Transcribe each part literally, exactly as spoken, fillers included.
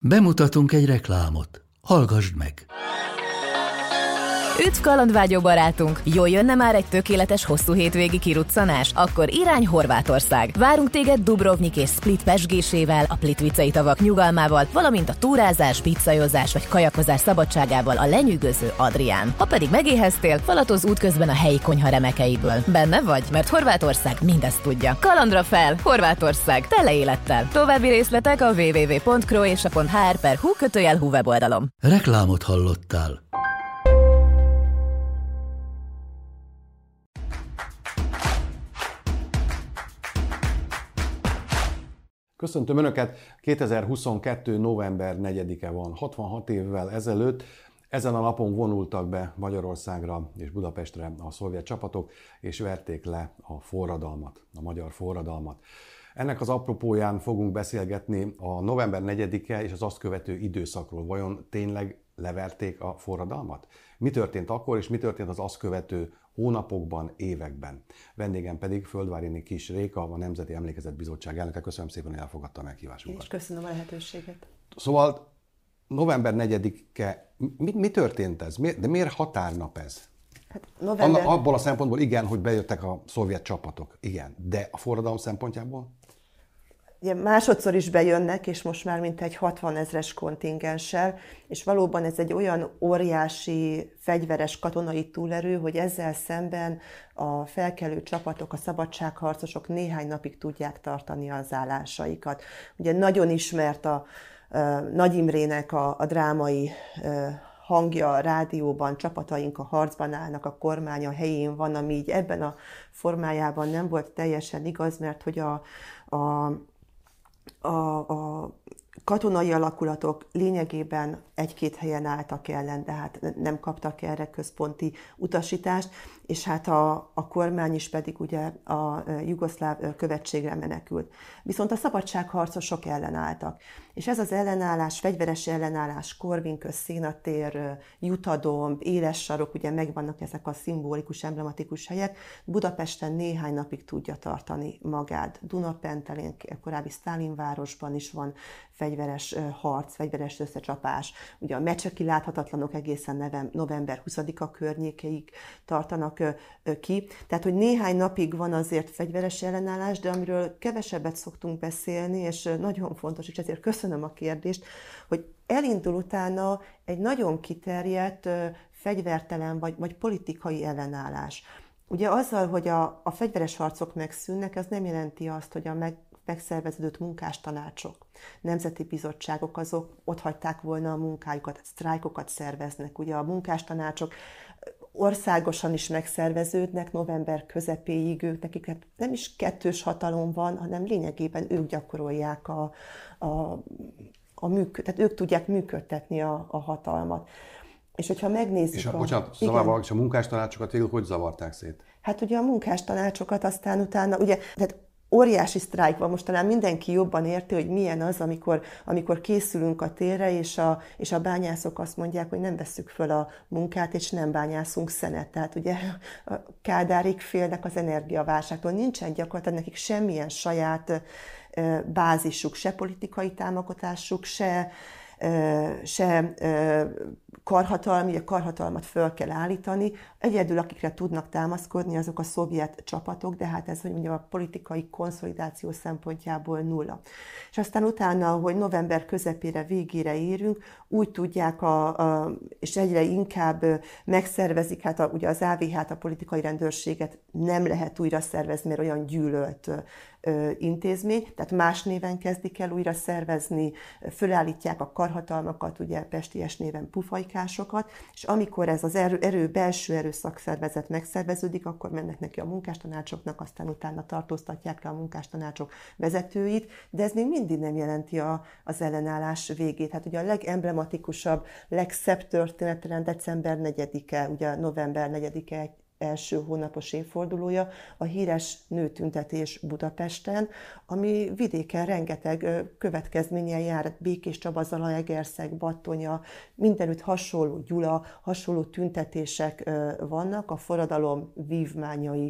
Bemutatunk egy reklámot. Hallgasd meg! Üdv kalandvágyó barátunk! Jól jönne már egy tökéletes hosszú hétvégi kiruccanás? Akkor irány Horvátország! Várunk téged Dubrovnik és Split pezsgésével, a Plitvicei tavak nyugalmával, valamint a túrázás, pizzajozás vagy kajakozás szabadságával a lenyűgöző Adrián. Ha pedig megéheztél, falatoz útközben a helyi konyha remekeiből. Benne vagy? Mert Horvátország mindezt tudja. Kalandra fel! Horvátország! Tele élettel! További részletek a double-u double-u double-u pont croatia pont h r per hu kötőjel hu weboldalon. Reklámot hallottál. Köszöntöm Önöket! kétezer-huszonkettő. november negyedike van. hatvanhat évvel ezelőtt ezen a napon vonultak be Magyarországra és Budapestre a szovjet csapatok, és verték le a forradalmat, a magyar forradalmat. Ennek az apropóján fogunk beszélgetni a november negyedike és az azt követő időszakról. Vajon tényleg leverték a forradalmat? Mi történt akkor, és mi történt az azt követő hónapokban, években? Vendégem pedig Földváriné Kiss Réka, a Nemzeti Emlékezetbizottság elnöke. Köszönöm szépen, hogy elfogadta a meghívásunkat. És köszönöm a lehetőséget. Szóval november negyedike, mi, mi történt ez? De miért határnap ez? Hát november... Anna, abból a szempontból igen, hogy bejöttek a szovjet csapatok, igen, de a forradalom szempontjából? Ugye másodszor is bejönnek, és most már mintegy hatvanezres kontingenssel, és valóban ez egy olyan óriási fegyveres katonai túlerő, hogy ezzel szemben a felkelő csapatok, a szabadságharcosok néhány napig tudják tartani az állásaikat. Ugye nagyon ismert a, a Nagy Imrének a, a drámai hangja a rádióban, csapataink a harcban állnak, a kormány a helyén van, ami így ebben a formájában nem volt teljesen igaz, mert hogy a, a A, a katonai alakulatok lényegében egy-két helyen álltak ellen, de hát nem kaptak erre központi utasítást, és hát a, a kormány is pedig ugye a jugoszláv követségre menekült. Viszont a szabadságharcosok ellenálltak. És ez az ellenállás, fegyveres ellenállás, Korvinköz, Szénatér, Jutadomb, Éles sarok, ugye megvannak ezek a szimbolikus, emblematikus helyek. Budapesten néhány napig tudja tartani magát. Dunapentelén, korábbi Sztálinvárosban is van fegyveres harc, fegyveres összecsapás. Ugye a Mecseki láthatatlanok egészen november huszadika környékéig tartanak ki. Tehát, hogy néhány napig van azért fegyveres ellenállás, de amiről kevesebbet szoktunk beszélni, és nagyon fontos, és ezért köszönöm a kérdést, hogy elindul utána egy nagyon kiterjedt fegyvertelen vagy, vagy politikai ellenállás. Ugye azzal, hogy a, a fegyveres harcok megszűnnek, ez nem jelenti azt, hogy a meg, megszerveződött munkástanácsok, nemzeti bizottságok, azok ott hagyták volna a munkájukat, sztrájkokat szerveznek. Ugye a munkástanácsok országosan is megszerveződnek, november közepéig ők, nekik hát nem is kettős hatalom van, hanem lényegében ők gyakorolják a, a, a működ, tehát ők tudják működtetni a, a hatalmat. És hogyha megnézzük... És a, a, bocsánat, zavarva, és a munkástanácsokat végül hogy zavarták szét? Hát ugye a munkástanácsokat aztán utána, ugye, tehát óriási sztrájk van, most talán mindenki jobban érti, hogy milyen az, amikor, amikor készülünk a térre, és a, és a bányászok azt mondják, hogy nem vesszük föl a munkát, és nem bányászunk szenet. Tehát ugye a Kádárik félnek az energiaválságtól. Nincsen gyakorlatilag nekik semmilyen saját bázisuk, se politikai támogatásuk, se, se karhatalmi, a karhatalmat föl kell állítani. Egyedül, akikre tudnak támaszkodni, azok a szovjet csapatok, de hát ez, hogy mondjam, a politikai konszolidáció szempontjából nulla. És aztán utána, hogy november közepére, végére érünk, úgy tudják, a, a, és egyre inkább megszervezik, hát a, ugye az á vé há-t, a politikai rendőrséget nem lehet újra szervezni, mert olyan gyűlölt ö, intézmény, tehát más néven kezdik el újra szervezni, fölállítják a karhatalmakat, ugye pesties néven pufajkásokat, és amikor ez az erő, erő belső erőszakszervezet megszerveződik, akkor mennek neki a munkástanácsoknak, aztán utána tartóztatják le a munkástanácsok vezetőit, de ez még mindig nem jelenti a, az ellenállás végét. Hát ugye a legemblematikusabb, legszebb történetlen december negyedike, ugye november negyedike első hónapos évfordulója, a híres nőtüntetés Budapesten, ami vidéken rengeteg következménnyel jár, Békés Csaba, Zalaegerszeg, Battonya, mindenütt hasonló Gyula, hasonló tüntetések vannak, a forradalom vívmányai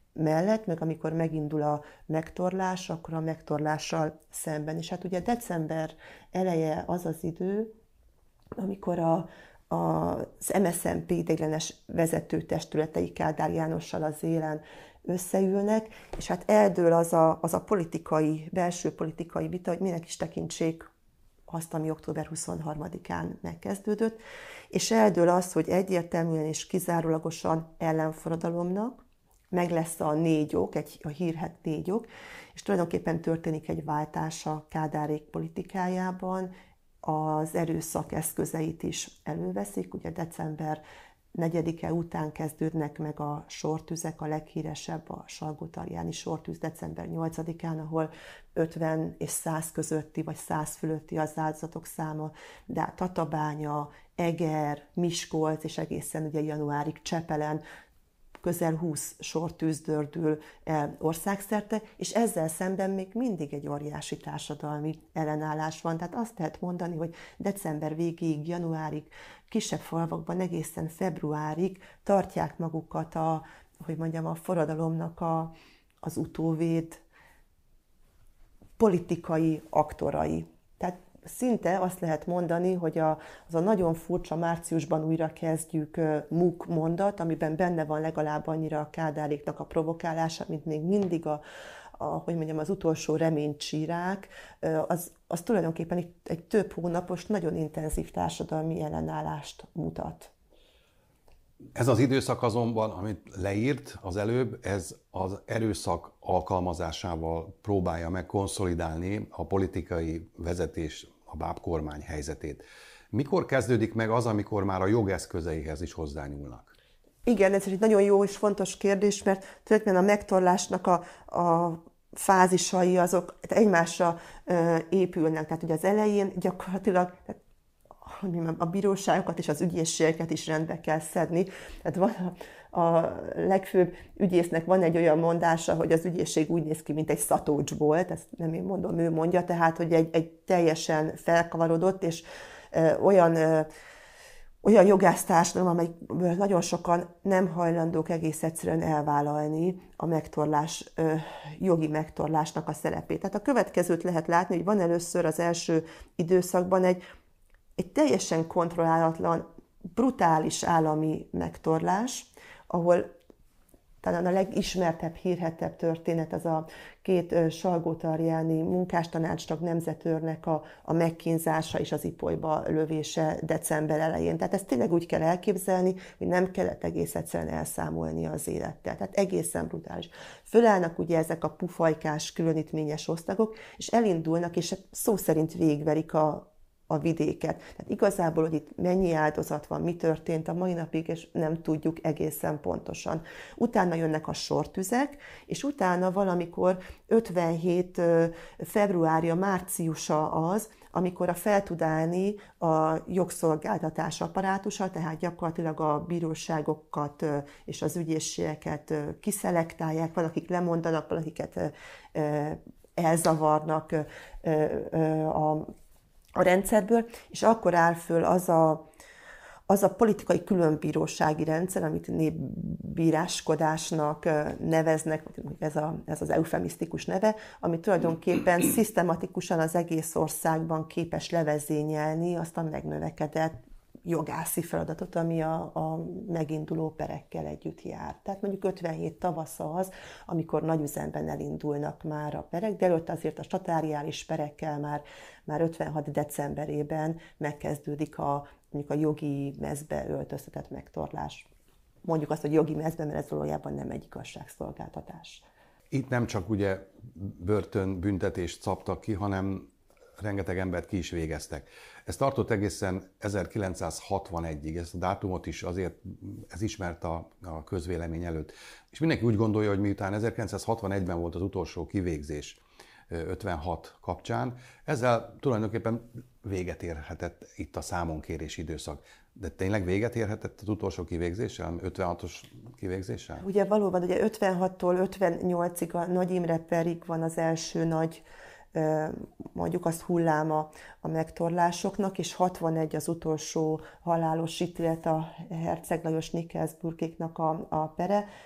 mellett, meg amikor megindul a megtorlás, akkor a megtorlással szemben. És hát ugye december eleje az az idő, amikor a, a, az em es zé en pé ideiglenes vezető testületei Kádár Jánossal az élen összeülnek, és hát eldől az a, az a politikai, belső politikai vita, hogy minek is tekintsék azt, ami október huszonharmadikán megkezdődött, és eldől az, hogy egyértelműen és kizárólagosan ellenforradalomnak, meg lesz a négy ok, egy, a hírhedt négy ok, és tulajdonképpen történik egy váltás a Kádárék politikájában, az erőszak eszközeit is előveszik, ugye december negyedike után kezdődnek meg a sortüzek, a leghíresebb a salgótarjáni sortűz december nyolcadikán, ahol ötven és száz közötti, vagy száz fölötti az áldozatok száma, de Tatabánya, Eger, Miskolc, és egészen ugye januárig Csepelen közel húsz sortűz dördül el országszerte, és ezzel szemben még mindig egy óriási társadalmi ellenállás van. Tehát azt lehet mondani, hogy december végéig, januárig, kisebb falvakban egészen februárig tartják magukat a, hogy mondjam, a forradalomnak a, az utóvéd politikai aktorai. Tehát szinte azt lehet mondani, hogy a, az a nagyon furcsa márciusban újra kezdjük MUK mondat, amiben benne van legalább annyira a Kádáréknak a provokálása, mint még mindig a, a, hogy mondjam, az utolsó reménycsírák, az, az tulajdonképpen egy, egy több hónapos, nagyon intenzív társadalmi ellenállást mutat. Ez az időszak azonban, amit leírt az előbb, ez az erőszak alkalmazásával próbálja meg konszolidálni a politikai vezetés, a bábkormány helyzetét. Mikor kezdődik meg az, amikor már a jogeszközeihez is hozzányúlnak? Igen, ez egy nagyon jó és fontos kérdés, mert tulajdonképpen a megtorlásnak a, a fázisai azok egymásra épülnek. Tehát ugye az elején gyakorlatilag a bíróságokat és az ügyészségeket is rendbe kell szedni. Tehát van a, a legfőbb ügyésznek van egy olyan mondása, hogy az ügyészség úgy néz ki, mint egy szatócsbolt, ezt nem én mondom, ő mondja, tehát, hogy egy, egy teljesen felkavarodott és ö, olyan, ö, olyan jogásztársadalom, amelyikből nagyon sokan nem hajlandók egész egyszerűen elvállalni a megtorlás, ö, jogi megtorlásnak a szerepét. Tehát a következőt lehet látni, hogy van először az első időszakban egy egy teljesen kontrollálatlan, brutális állami megtorlás, ahol talán a legismertebb, hírhettebb történet az a két salgótarjáni munkástanácstag nemzetőrnek a, a megkínzása és az ipolyba lövése december elején. Tehát ezt tényleg úgy kell elképzelni, hogy nem kellett egész egyszerűen elszámolni az élettel. Tehát egészen brutális. Fölállnak ugye ezek a pufajkás, különítményes osztagok, és elindulnak, és szó szerint végigverik a a vidéket. Tehát igazából, hogy itt mennyi áldozat van, mi történt a mai napig, és nem tudjuk egészen pontosan. Utána jönnek a sortüzek, és utána valamikor ötvenhét februárja, márciusa az, amikor a fel tud állni a jogszolgáltatás apparátusa, tehát gyakorlatilag a bíróságokat és az ügyészségeket kiszelektálják, valakik lemondanak, valakiket elzavarnak a a rendszerből, és akkor áll föl az a, az a politikai különbírósági rendszer, amit népbíráskodásnak neveznek, ez, a, ez az eufemisztikus neve, ami tulajdonképpen szisztematikusan az egész országban képes levezényelni azt a megnövekedett jogászi feladatot, ami a, a meginduló perekkel együtt jár. Tehát mondjuk ötvenhét tavasza az, amikor nagy üzemben elindulnak már a perek, de előtt azért a statáriális perekkel már, már ötvenhat decemberében megkezdődik a, mondjuk a jogi mezbe öltöztetett megtorlás. Mondjuk azt, hogy jogi mezbe, mert ez valójában nem egy igazságszolgáltatás. Itt nem csak ugye börtönbüntetést szabtak ki, hanem rengeteg embert ki is végeztek. Ez tartott egészen ezerkilencszázhatvanegyig, ezt a dátumot is azért, ez ismert a, a közvélemény előtt. És mindenki úgy gondolja, hogy miután ezerkilencszázhatvanegyben volt az utolsó kivégzés ötvenhat kapcsán, ezzel tulajdonképpen véget érhetett itt a számonkérés időszak. De tényleg véget érhetett az utolsó kivégzéssel, ötvenhatos kivégzéssel? Ugye valóban, ugye ötvenhattól ötvennyolcig a Nagy Imre perig van az első nagy, mondjuk azt hulláma a megtorlásoknak, és hatvanegy az utolsó halálos ítélet a Herceg Lajos Nickelsburgéknak a, a pere,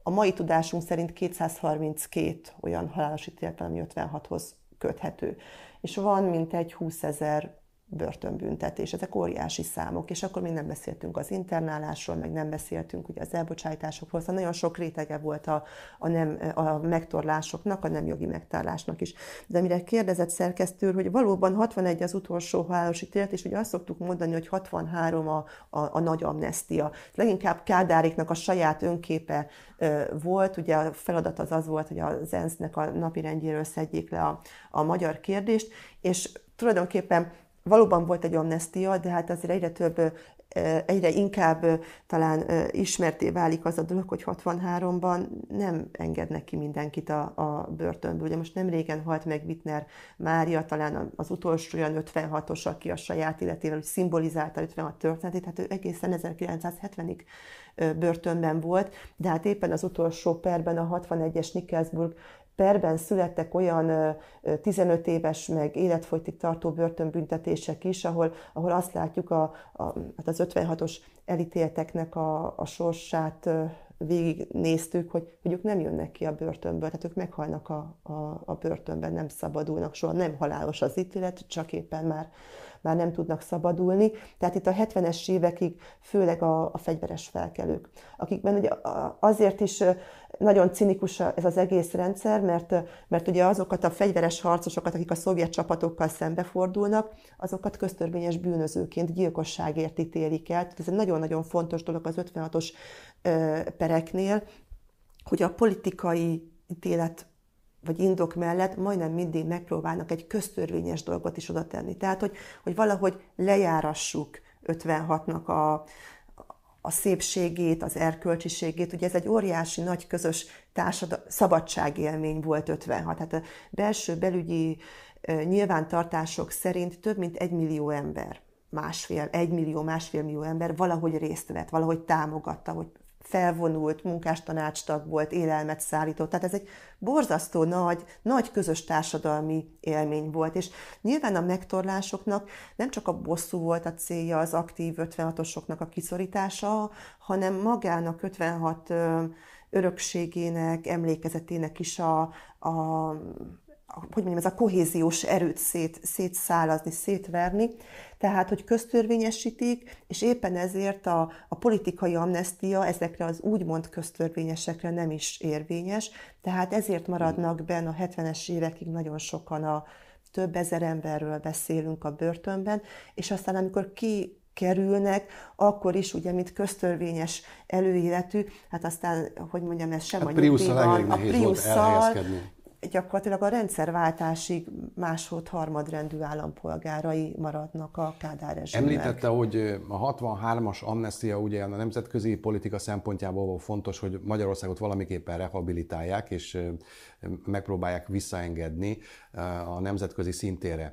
a mai tudásunk szerint kétszázharminckét olyan halálos ítélet, ami ötvenhathoz köthető. És van mintegy húszezer börtönbüntetés. Ezek óriási számok, és akkor még nem beszéltünk az internálásról, meg nem beszéltünk ugye az elbocsátásokról, szóval nagyon sok rétege volt a, a, nem, a megtorlásoknak, a nem jogi megtárlásnak is. De mire kérdezett szerkesztő, hogy valóban hatvanegy az utolsó halálos ítélet, és ugye azt szoktuk mondani, hogy hatvanhárom a, a, a nagy amnestia. Leginkább Kádáréknak a saját önképe ö, volt, ugye a feladat az az volt, hogy az e en es-nek a napirendjéről szedjék le a, a magyar kérdést, és tulajdonképpen valóban volt egy amnestia, de hát azért egyre több, egyre inkább talán ismerté válik az a dolog, hogy hatvanháromban nem engednek ki mindenkit a, a börtönből. Ugye most nem régen halt meg Wittner Mária, talán az utolsó olyan ötvenhatos, aki a saját életével úgy szimbolizálta ötvenhat történetét, hát ő egészen ezerkilencszázhetvenig börtönben volt, de hát éppen az utolsó perben, a hatvanegyes Nickelsburg perben születtek olyan tizenöt éves, meg életfogytig tartó börtönbüntetések is, ahol, ahol azt látjuk, a, a, az ötvenhatos elítélteknek a, a sorsát végignéztük, hogy, hogy ők nem jönnek ki a börtönből, tehát ők meghalnak a, a, a börtönben, nem szabadulnak soha, nem halálos az ítélet, csak éppen már, már nem tudnak szabadulni. Tehát itt a hetvenes évekig főleg a, a fegyveres felkelők, akikben ugye azért is nagyon cinikus ez az egész rendszer, mert, mert ugye azokat a fegyveres harcosokat, akik a szovjet csapatokkal szembefordulnak, azokat köztörvényes bűnözőként gyilkosságért ítélik el. Ez egy nagyon-nagyon fontos dolog az ötvenhatos ö, pereknél, hogy a politikai ítélet vagy indok mellett majdnem mindig megpróbálnak egy köztörvényes dolgot is oda tenni. Tehát, hogy, hogy valahogy lejárassuk ötvenhatnak a a szépségét, az erkölcsiségét. Ugye ez egy óriási, nagy közös társadalmi szabadságélmény volt ötvenhat. Tehát a belső belügyi nyilvántartások szerint több mint egy millió ember, másfél, egy millió, másfél millió ember valahogy részt vett, valahogy támogatta, hogy felvonult, munkástanácstag volt, élelmet szállított. Tehát ez egy borzasztó nagy, nagy közös társadalmi élmény volt. És nyilván a megtorlásoknak nem csak a bosszú volt a célja, az aktív ötvenhatosoknak a kiszorítása, hanem magának ötvenhat örökségének, emlékezetének is a, a hogy mondjam, ez a kohéziós erőt szét, szétszálazni, szétverni, tehát, hogy köztörvényesítik, és éppen ezért a, a politikai amnestia ezekre az úgymond köztörvényesekre nem is érvényes, tehát ezért maradnak benne a hetvenes évekig nagyon sokan, a több ezer emberről beszélünk a börtönben, és aztán amikor ki kerülnek, akkor is ugye, mint köztörvényes előéletű, hát aztán, hogy mondjam, ez sem hát a nyugdíjban, a Priusszal gyakorlatilag a rendszerváltásig másod, harmadrendű állampolgárai maradnak a Kádár rezsimnek. Említette, hogy a hatvanhármas amnestia ugye a nemzetközi politika szempontjából fontos, hogy Magyarországot valamiképpen rehabilitálják, és megpróbálják visszaengedni a nemzetközi szintére.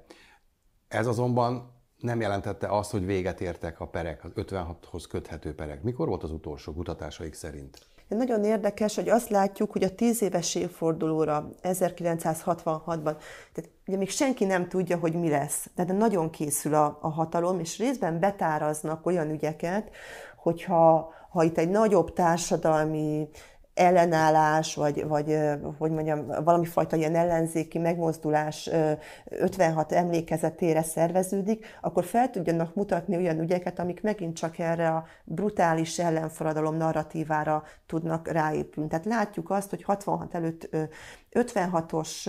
Ez azonban nem jelentette azt, hogy véget értek a perek, az ötvenhathoz köthető perek. Mikor volt az utolsó kutatásaik szerint? Nagyon érdekes, hogy azt látjuk, hogy a tíz éves évfordulóra ezerkilencszázhatvanhatban, tehát ugye még senki nem tudja, hogy mi lesz, de nagyon készül a, a hatalom, és részben betáraznak olyan ügyeket, hogyha ha itt egy nagyobb társadalmi ellenállás, vagy, vagy hogy mondjam, valami fajta ilyen ellenzéki megmozdulás ötvenhat emlékezetére szerveződik, akkor fel tudjanak mutatni olyan ügyeket, amik megint csak erre a brutális ellenforradalom narratívára tudnak ráépülni. Tehát látjuk azt, hogy hatvanhat előtt ötvenhatos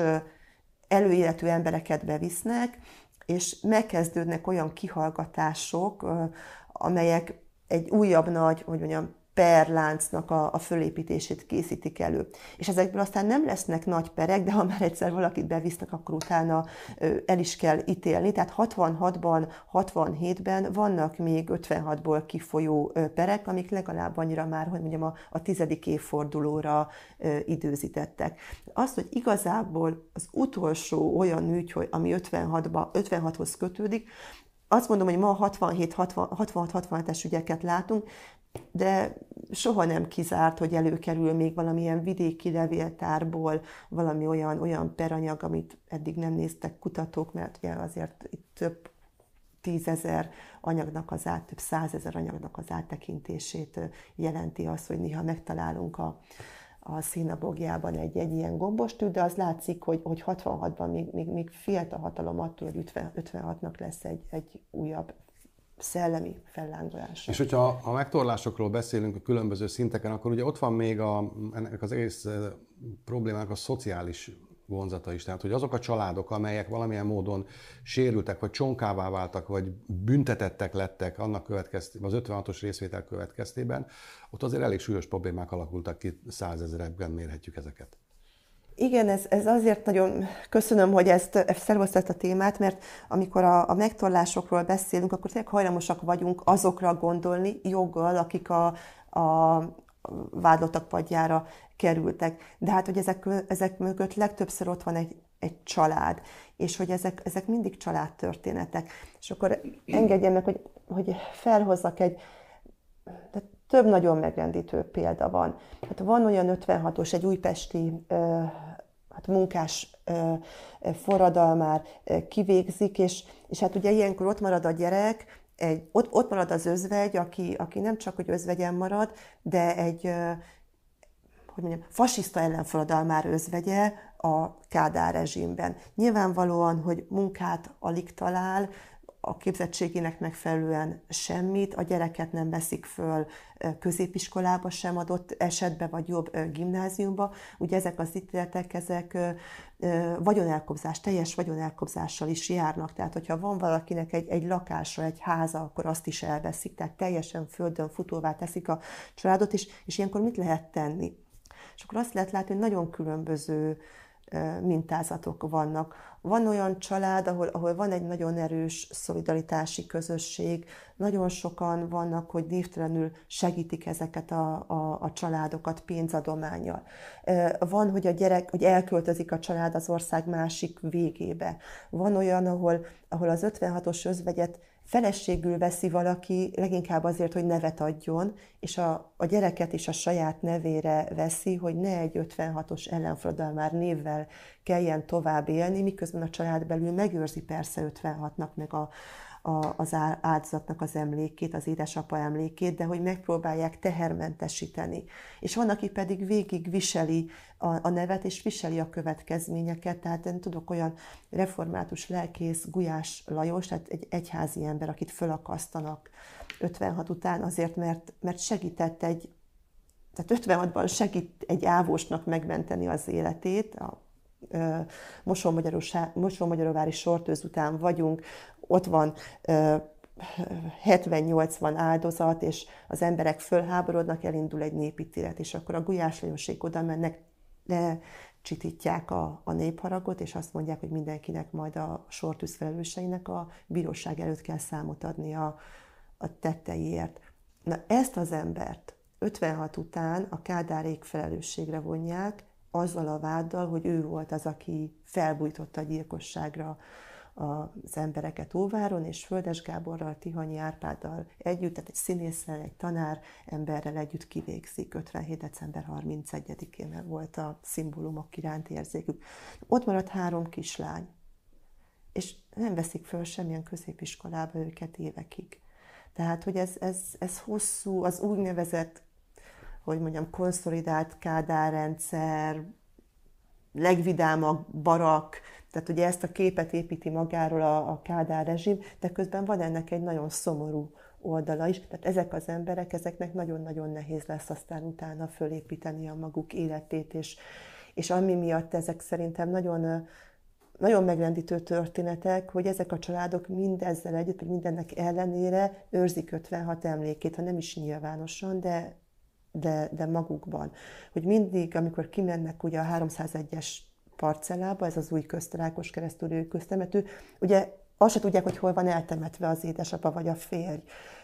előéletű embereket bevisznek, és megkezdődnek olyan kihallgatások, amelyek egy újabb nagy, hogy mondjam, perláncnak a, a fölépítését készítik elő. És ezekből aztán nem lesznek nagy perek, de ha már egyszer valakit bevisznek, akkor utána ö, el is kell ítélni. Tehát hatvanhatban, hatvanhétben vannak még ötvenhatból kifolyó ö, perek, amik legalább annyira már, hogy mondjam, a, a tizedik évfordulóra ö, időzítettek. Az, hogy igazából az utolsó olyan ügy, hogy, ami ötvenhathoz kötődik, azt mondom, hogy ma hatvanhét hatvanhat-hatvanhetes ügyeket látunk, de soha nem kizárt, hogy előkerül még valamilyen vidéki levéltárból valami olyan, olyan peranyag, amit eddig nem néztek kutatók, mert ugye azért itt több tízezer anyagnak az át, több százezer anyagnak az áttekintését jelenti az, hogy néha megtalálunk a, a színabogjában egy, egy ilyen gombostű, de az látszik, hogy, hogy hatvanhatban még, még, még félt a hatalom attól, hogy ötvenhatnak lesz egy, egy újabb szellemi fellángolása. És hogyha a megtorlásokról beszélünk a különböző szinteken, akkor ugye ott van még a, ennek az egész problémának a szociális vonzata is. Tehát, hogy azok a családok, amelyek valamilyen módon sérültek, vagy csonkává váltak, vagy büntetettek lettek annak következtében, az ötvenhatos részvétel következtében, ott azért elég súlyos problémák alakultak ki, százezerekben mérhetjük ezeket. Igen, ez, ez azért nagyon köszönöm, hogy ezt felhoztad a témát, mert amikor a, a megtorlásokról beszélünk, akkor tényleg hajlamosak vagyunk azokra gondolni joggal, akik a, a vádlottak padjára kerültek. De hát, hogy ezek, ezek mögött legtöbbször ott van egy, egy család, és hogy ezek, ezek mindig családtörténetek. És akkor engedjem meg, hogy, hogy felhozzak egy, de több nagyon megrendítő példa van. Hát van olyan ötvenhatos, egy újpesti ö, hát munkás ö, forradalmár ö, kivégzik, és, és hát ugye ilyenkor ott marad a gyerek, egy, ott, ott marad az özvegy, aki, aki nem csak, hogy özvegyen marad, de egy ö, hogy mondjam, fasiszta ellenforradalmár özvegye a Kádár rezsimben. Nyilvánvalóan, hogy munkát alig talál, a képzettségének megfelelően semmit, a gyereket nem veszik föl középiskolába sem adott esetben, vagy jobb gimnáziumba. Ugye ezek az ítéletek, ezek vagyonelkobzás, teljes vagyonelkobzással is járnak. Tehát, hogyha van valakinek egy, egy lakása, egy háza, akkor azt is elveszik, tehát teljesen földön futóvá teszik a családot, és, és ilyenkor mit lehet tenni? És akkor azt lehet látni, hogy nagyon különböző mintázatok vannak. Van olyan család, ahol, ahol van egy nagyon erős szolidaritási közösség, nagyon sokan vannak, hogy névtelenül segítik ezeket a, a, a családokat pénzadománnyal. Van, hogy a gyerek, hogy elköltözik a család az ország másik végébe. Van olyan, ahol, ahol az ötvenhatos özvegyet feleségül veszi valaki, leginkább azért, hogy nevet adjon, és a, a gyereket is a saját nevére veszi, hogy ne egy ötvenhatos ellenforradalmár névvel kelljen tovább élni, miközben a család belül megőrzi persze ötvenhatnak meg a, a, az áldozatnak az emlékét, az édesapa emlékét, de hogy megpróbálják tehermentesíteni. És van, aki pedig végig viseli a, a nevet, és viseli a következményeket. Tehát én tudok olyan református lelkész, Gulyás Lajos, tehát egy egyházi ember, akit fölakasztanak ötvenhat után azért, mert, mert segített egy, tehát ötvenhatban segít egy ávósnak megmenteni az életét. A Mosonmagyaróvári sortőz után vagyunk, ott van hetven-nyolcvan áldozat, és az emberek fölháborodnak, elindul egy népítélet, és akkor a Gulyás Lajosék oda mennek, lecsitítják a, a népharagot, és azt mondják, hogy mindenkinek majd a sortűz felelőseinek a bíróság előtt kell számot adni a, a tetteiért. Na ezt az embert ötvenhat után a Kádárék felelősségre vonják, azzal a váddal, hogy ő volt az, aki felbújtotta a gyilkosságra az embereket Óváron, és Földes Gáborral, Tihanyi Árpáddal együtt, tehát egy színésszel, egy tanár emberrel együtt kivégzik ötvenhét december harmincegyedikén, mert volt a szimbólumok iránti érzékük. Ott maradt három kislány, és nem veszik föl semmilyen középiskolába őket évekig. Tehát, hogy ez, ez, ez hosszú, az úgynevezett, hogy mondjam, konszolidált Kádár rendszer, legvidámabb barak, tehát ugye ezt a képet építi magáról a, a Kádár rezsim, de közben van ennek egy nagyon szomorú oldala is. Tehát ezek az emberek, ezeknek nagyon-nagyon nehéz lesz aztán utána fölépíteni a maguk életét, és, és ami miatt ezek szerintem nagyon, nagyon megrendítő történetek, hogy ezek a családok mindezzel együtt, vagy mindennek ellenére őrzik ötvenhat emlékét, ha nem is nyilvánosan, de De, de magukban. Hogy mindig, amikor kimennek ugye a háromszázegyes parcellába, ez az új köztalákos keresztúri köztemető, ugye azt se tudják, hogy hol van eltemetve az édesapa vagy a férj.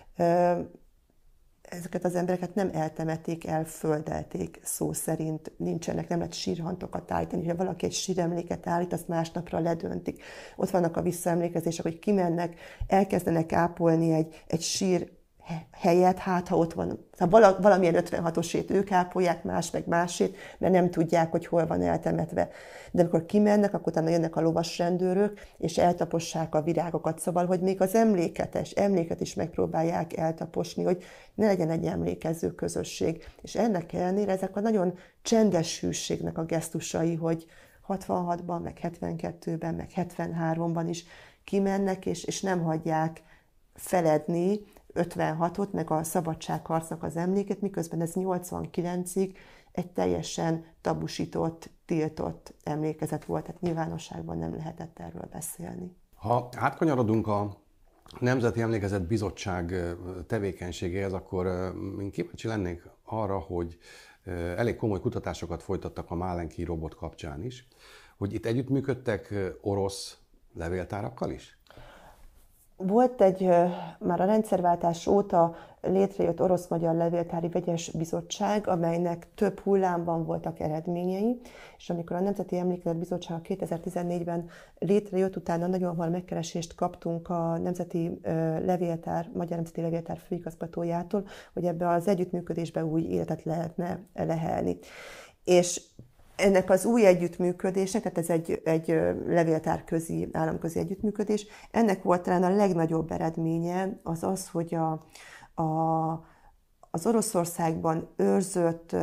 Ezeket az embereket nem eltemették, elföldelték szó szerint, nincsenek, nem lehet sírhantokat állítani. Ha valaki egy síremléket állít, azt másnapra ledöntik. Ott vannak a visszaemlékezések, hogy kimennek, elkezdenek ápolni egy, egy sír helyet, hát ha ott van, ha valamilyen ötvenhatosét ők ápolják, más meg másét, mert nem tudják, hogy hol van eltemetve. De amikor kimennek, akkor utána jönnek a lovasrendőrök, és eltapossák a virágokat, szóval, hogy még az emléketes, emléket is megpróbálják eltaposni, hogy ne legyen egy emlékező közösség. És ennek ellenére ezek a nagyon csendes hűségnek a gesztusai, hogy hatvanhatban, meg hetvenkettőben, meg hetvenháromban is kimennek, és, és nem hagyják feledni ötvenhatot, meg a szabadságharcnak az emléket, miközben ez nyolcvankilencig egy teljesen tabusított, tiltott emlékezet volt, tehát nyilvánosságban nem lehetett erről beszélni. Ha átkanyarodunk a Nemzeti Emlékezet Bizottság tevékenységéhez, akkor én kíváncsi lennék arra, hogy elég komoly kutatásokat folytattak a Málenki robot kapcsán is, hogy itt együttműködtek orosz levéltárakkal is? Volt egy, már a rendszerváltás óta létrejött orosz-magyar levéltári vegyes bizottság, amelynek több hullámban voltak eredményei, és amikor a Nemzeti Emlékezet Bizottsága kétezer-tizennégyben létrejött, utána nagyon hamar megkeresést kaptunk a Nemzeti Levéltár, Magyar Nemzeti Levéltár főigazgatójától, hogy ebbe az együttműködésbe új életet lehetne lehelni. És ennek az új együttműködésnek, tehát ez egy, egy levéltárközi, államközi együttműködés, ennek volt talán a legnagyobb eredménye az az, hogy a, a, az Oroszországban őrzött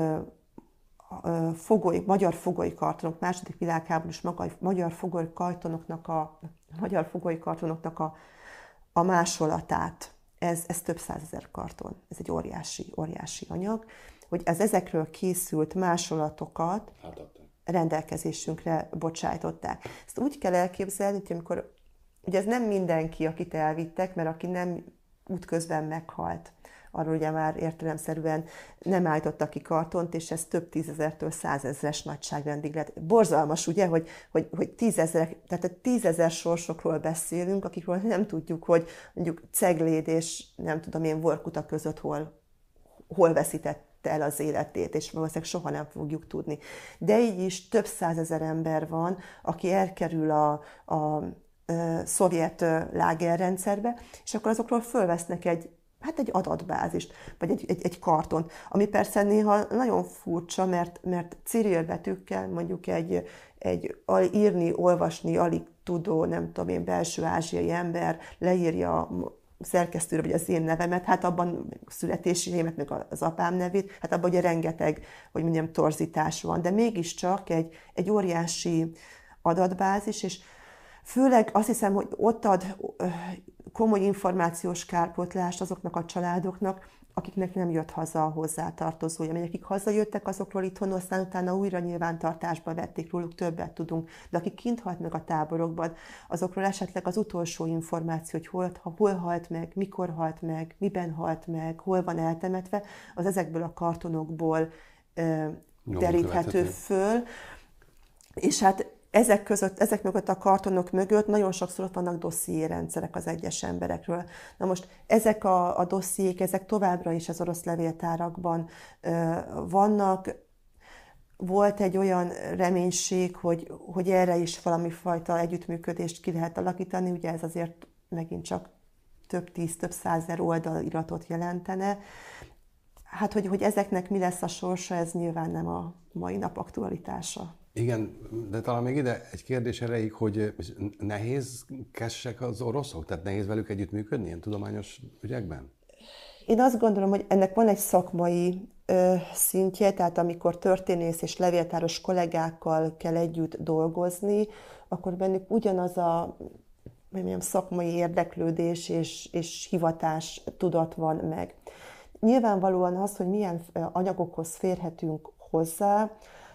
fogoly, magyar fogolykartonok, második világháborús magyar fogolykartonoknak a, magyar fogolykartonoknak a, a másolatát, ez, ez több százezer karton, ez egy óriási, óriási anyag, hogy az ezekről készült másolatokat rendelkezésünkre bocsájtották. Ezt úgy kell elképzelni, hogy amikor, ugye ez nem mindenki, akit elvittek, mert aki nem útközben meghalt, arról ugye már értelemszerűen nem állítottak ki kartont, és ez több tízezertől százezres nagyságrendig lett. Borzalmas, ugye, hogy, hogy, hogy tízezer, tehát tízezer sorsokról beszélünk, akikről nem tudjuk, hogy mondjuk Cegléd és nem tudom én Vorkuta között hol, hol veszített el az életét, és valószínűleg soha nem fogjuk tudni. De így is több százezer ember van, aki elkerül a, a, a szovjet lágerrendszerbe, és akkor azokról fölvesznek egy, hát egy adatbázist, vagy egy, egy, egy kartont, ami persze néha nagyon furcsa, mert, mert cirilbetűkkel mondjuk egy, egy írni, olvasni alig tudó, nem tudom én, belső ázsiai ember leírja szerkesztőre, vagy az én nevemet, hát abban születési évet, meg az apám nevét, hát abban ugye rengeteg, hogy mondjam, torzítás van, de mégiscsak egy, egy óriási adatbázis, és főleg azt hiszem, hogy ott ad komoly információs kárpótlást azoknak a családoknak, akiknek nem jött haza a hozzátartozója. Mert akik hazajöttek, azokról itthon, aztán utána újra nyilvántartásba vették, róluk többet tudunk. De akik kint halt meg a táborokban, azokról esetleg az utolsó információ, hogy hol, hol halt meg, mikor halt meg, miben halt meg, hol van eltemetve, az ezekből a kartonokból ö, deríthető föl. És hát ezek között, ezek mögött a kartonok mögött nagyon sokszor ott vannak dossziérendszerek az egyes emberekről. Na most ezek a, a dossziék, ezek továbbra is az orosz levéltárakban ö, vannak. Volt egy olyan reménység, hogy, hogy erre is valami fajta együttműködést ki lehet alakítani, ugye ez azért megint csak több tíz, több százezer oldaliratot jelentene. Hát, hogy, hogy ezeknek mi lesz a sorsa, ez nyilván nem a mai nap aktualitása. Igen, de talán még ide egy kérdés erejéig, hogy nehézkesek az oroszok? Tehát nehéz velük együttműködni ilyen tudományos ügyekben? Én azt gondolom, hogy ennek van egy szakmai ö, szintje, tehát amikor történész és levéltáros kollégákkal kell együtt dolgozni, akkor bennük ugyanaz a mondjam, szakmai érdeklődés és, és hivatás tudat van meg. Nyilvánvalóan az, hogy milyen anyagokhoz férhetünk hozzá,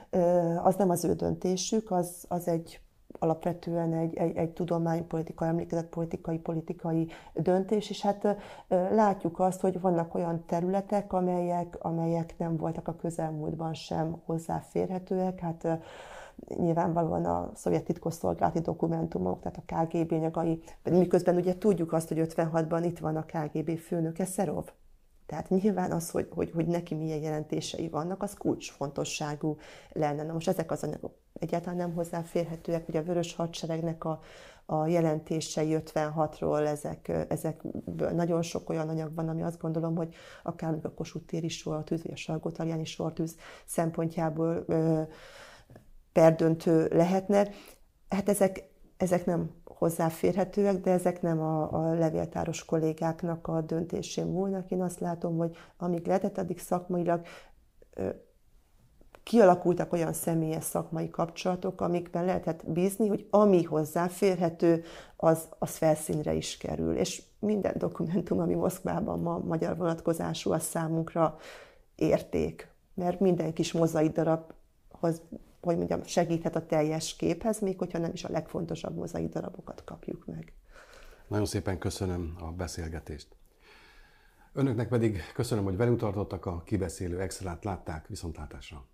az nem az ő döntésük, az, az egy alapvetően egy, egy, egy tudománypolitikai, emlékezetpolitikai, politikai döntés, és hát látjuk azt, hogy vannak olyan területek, amelyek, amelyek nem voltak a közelmúltban sem hozzáférhetőek. Hát nyilvánvalóan a szovjet titkosszolgálati dokumentumok, tehát a ká gé bé nyagai, miközben ugye tudjuk azt, hogy ötvenhatban itt van a ká gé bé főnöke, Szerov. Tehát nyilván az, hogy, hogy, hogy neki milyen jelentései vannak, az kulcsfontosságú lenne. Na most ezek az anyagok egyáltalán nem hozzáférhetőek, vagy a Vörös Hadseregnek a, a jelentései ötvenhatról, ezek, ezekből nagyon sok olyan anyag van, ami azt gondolom, hogy akár a Kossuth téri sortűz, vagy a Salgótarjáni sortűz szempontjából ö, perdöntő lehetne. Hát ezek, ezek nem hozzáférhetőek, de ezek nem a, a levéltáros kollégáknak a döntésén múlnak. Én azt látom, hogy amíg lehetett, addig szakmailag ö, kialakultak olyan személyes szakmai kapcsolatok, amikben lehetett bízni, hogy ami hozzáférhető, az, az felszínre is kerül. És minden dokumentum, ami Moszkvában ma magyar vonatkozású, az számunkra érték. Mert minden kis mozaik darabhoz, hogy mondjam, segíthet a teljes képhez, még hogyha nem is a legfontosabb mozaik darabokat kapjuk meg. Nagyon szépen köszönöm a beszélgetést. Önöknek pedig köszönöm, hogy velünk tartottak, a Kibeszélő Extrát látták, viszontlátásra.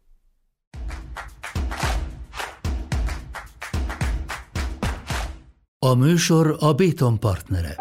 A műsor a Béton partnere.